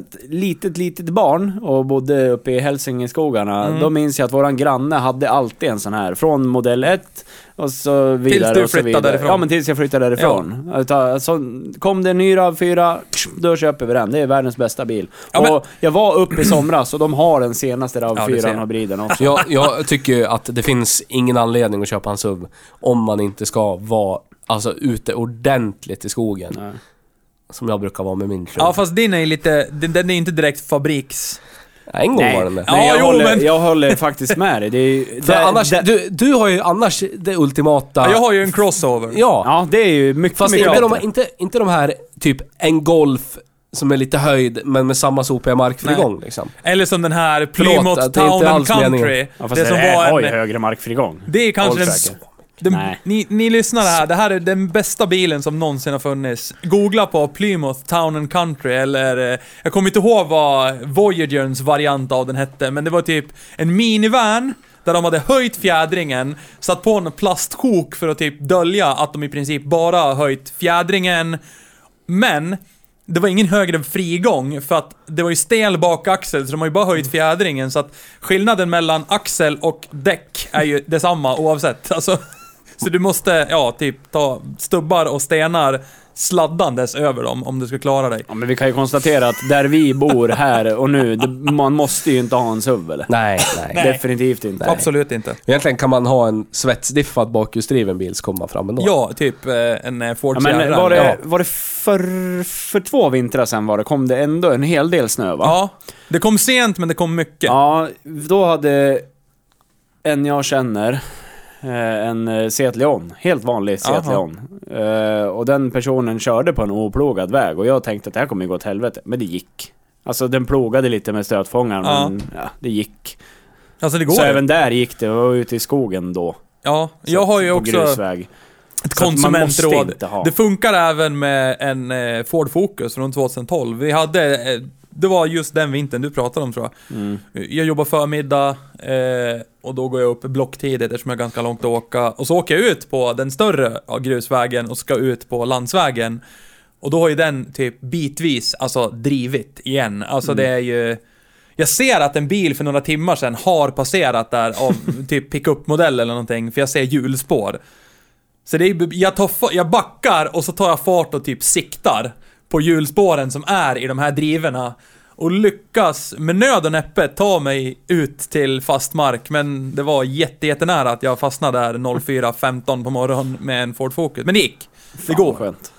litet barn och bodde uppe i Hälsingeskogarna. Då minns jag att våran granne hade alltid en sån här. Från modell 1 och så vidare. Tills du och så flyttade vidare. därifrån. Ja, men tills jag flyttade därifrån. Så kom det en ny RAV4, då köper vi den. Det är världens bästa bil. Ja, men- och jag var uppe i somras och de har den senaste Ja, det ser RAV4 jag. hybriden också. Jag tycker ju att det finns ingen anledning att köpa en SUV om man inte ska vara ute ordentligt i skogen. Nej. Som jag brukar vara med min SUV. Ja, fast din är lite... Den är inte direkt fabriks... En gång var den det. Ja, Nej, jo, men- jag håller faktiskt med dig. Det är ju, För annars, du har ju annars det ultimata... Ja, jag har ju en crossover. Ja, Ja, det är ju mycket, fast mycket inte bättre. inte de här typ en Golf som är lite höjd men med samma sopiga markfrigång liksom. Eller som den här Förlåt, Plymouth det är inte Town and alls Country. meningen. Ja, fast det som var har ju en... högre markfrigång. Det är kanske Alltracker. Nej. Ni lyssnar här, det här är den bästa bilen som någonsin har funnits. Googla på Plymouth Town and Country eller... jag kommer inte ihåg vad Voyagerns variant av den hette, men det var typ en minivan där de hade höjt fjädringen, satt på en plastsjok för att typ dölja att de i princip bara har höjt fjädringen. Men det var ingen högre frigång för att det var ju stel bakaxel, så de har ju bara höjt fjädringen, så att skillnaden mellan axel och däck är ju detsamma oavsett. Alltså, så du måste, typ ta stubbar och stenar sladdandes över dem om du ska klara dig. Ja, men vi kan ju konstatera att där vi bor här och nu, man måste ju inte ha en SUV, eller? Nej. Definitivt inte. Absolut inte. Egentligen kan man ha en svetsdiffad bakhjulsdriven bil som kommer fram ändå. Ja, typ en Ford Ja, men Sierra. var det för 2 vintrar sedan kom det ändå en hel del snö, va? Ja, det kom sent men det kom mycket. Ja, då hade en jag känner en Seat Leon, helt vanlig Seat Aha. Leon. Och den personen körde på en oplogad väg och jag tänkte att det här kommer ju gå åt helvete, men det gick. Alltså den plogade lite med stötfångaren, Ja. men det gick. Alltså det går Så ju. även där gick det, jag var ute i skogen då. Ja, Så jag har ju på också grusväg. ett Så att man måste konsumentråd. inte ha. Det funkar även med en Ford Focus från 2012. Vi hade, det var just den vintern du pratade om, tror jag. Jag jobbar förmiddag och då går jag upp blocktidigt eftersom jag är ganska långt att åka. Och så åker jag ut på den större grusvägen och ska ut på landsvägen. Och då har ju den typ bitvis alltså drivit igen. Alltså det är ju... Jag ser att en bil för några timmar sedan har passerat där av typ pick-up-modell eller någonting, för jag ser hjulspår. Så det är, jag backar och så tar jag fart och typ siktar på hjulspåren som är i de här driverna och lyckas med nöd och näppe ta mig ut till fast mark, men det var jättenära att jag fastnade där 04:15 på morgonen med en Ford Focus. Men det gick. Det går. Skönt.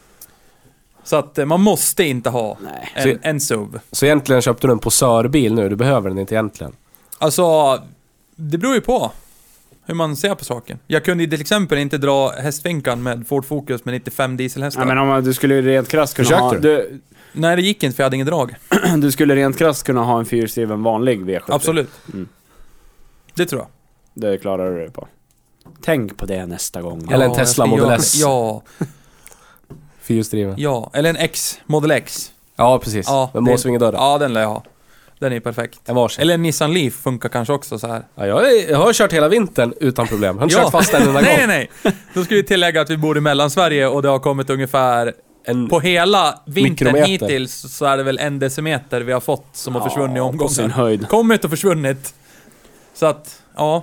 Så att man måste inte ha Nej. en SUV. Så egentligen köpte du en posörbil nu, du behöver den inte egentligen. Alltså, det beror ju på hur man ser på saken. Jag kunde ju till exempel inte dra hästfinkan med Ford Focus med 95 dieselhästar. Ja, men om du skulle rent krasst kunna Försökte ha... du? Nej, det gick inte för jag hade ingen drag. Du skulle rent krasst kunna ha en fyrhjulsdriven vanlig V70. Absolut. Mm. Det tror jag. Det klarar du dig på. Tänk på det nästa gång. Eller en Ja, Tesla jag ska Model göra- S. Ja, Fyrhjulsdriven. ja. Eller en X, Model X. Ja, precis. Ja, med målsvingedörrar. Ja, den lär jag ha. Den är perfekt. En varsin. Eller en Nissan Leaf funkar kanske också så här. Ja, jag har kört hela vintern utan problem. Jag har inte Ja. kört fast en enda gång. Nej. Då ska vi tillägga att vi bor i Mellansverige och det har kommit ungefär... På hela vintern Mikrometer. hittills så är det väl 1 decimeter vi har fått som har försvunnit i på sin omgångar. höjd. Kommit och försvunnit. Så att, ja.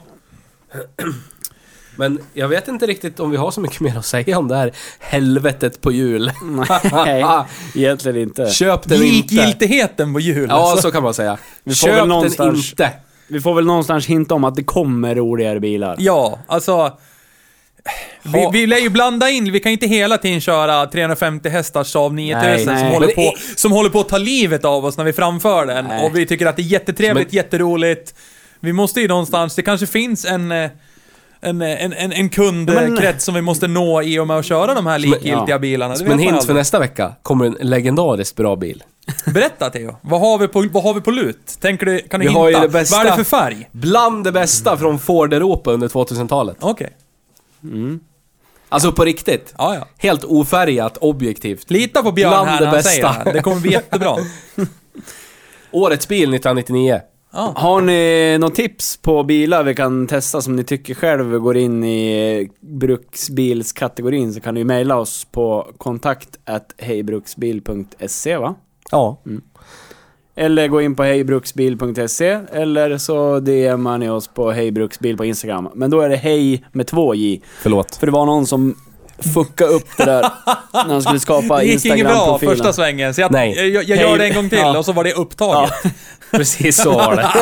Men jag vet inte riktigt om vi har så mycket mer att säga om det här helvetet på jul. Nej, egentligen inte. Köp den inte. Likgiltigheten på jul. Ja, alltså. så kan man säga. Vi får Köp väl den någonstans- inte. Vi får väl någonstans hinta om att det kommer roligare bilar. Ja, alltså... Vi lär ju blanda in, vi kan inte hela tiden köra 350 hästars Saab 9000 Nej. som håller på att ta livet av oss när vi framför den. Nej. Och vi tycker att det är jättetrevligt, jätteroligt. Vi måste ju någonstans, det kanske finns en en kundkrets som vi måste nå i och med att köra de här likgiltiga bilarna. Det Som en hint för nästa vecka kommer en legendariskt bra bil. Berätta, Theo. Vad har vi på lut? Tänker du, kan du Vi hinta? har ju det bästa. Vad är det för färg? Bland det bästa från Ford Europa under 2000-talet. Okej. Alltså på riktigt. Ja. Helt ofärgat, objektivt. Lita på Björn Bland här det när han säger det bästa. här. Det kommer bli jättebra. Årets bil 1999. Har ni något tips på bilar vi kan testa som ni tycker själv går in i bruksbilskategorin, så kan ni mejla oss på kontakt@hejbruksbil.se, va? Ja. Eller gå in på hejbruksbil.se, eller så DMar ni oss på hejbruksbil på Instagram. Men då är det hej med 2 j. Förlåt. För det var någon som fuckade upp det där när han skulle skapa Det gick inget bra Instagram-profilen. första svängen, så jag Nej. gör det en gång till och så var det upptaget. Precis så var det.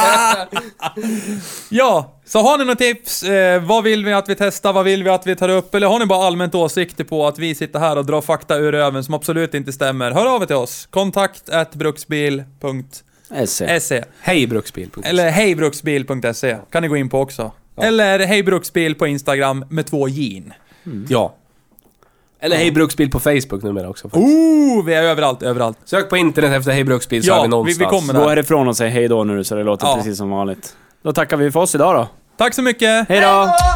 Ja, så har ni några tips? Vad vill vi att vi testar? Vad vill vi att vi tar upp? Eller har ni bara allmänt åsikter på att vi sitter här och drar fakta ur öven som absolut inte stämmer? Hör av er till oss. kontakt@bruksbil.se Hej Bruksbil. eller hejbruksbil.se kan ni gå in på också. Eller hejbruksbil på Instagram med 2 jin. Ja. Eller Hej Bruksbil på Facebook numera också. Vi är överallt. Sök på internet efter Hej Bruksbil så är vi Ja, någonstans. vi kommer Gå där. härifrån och säg hej då nu så det låter precis som vanligt. Då tackar vi för oss idag då. Tack så mycket! Hej då!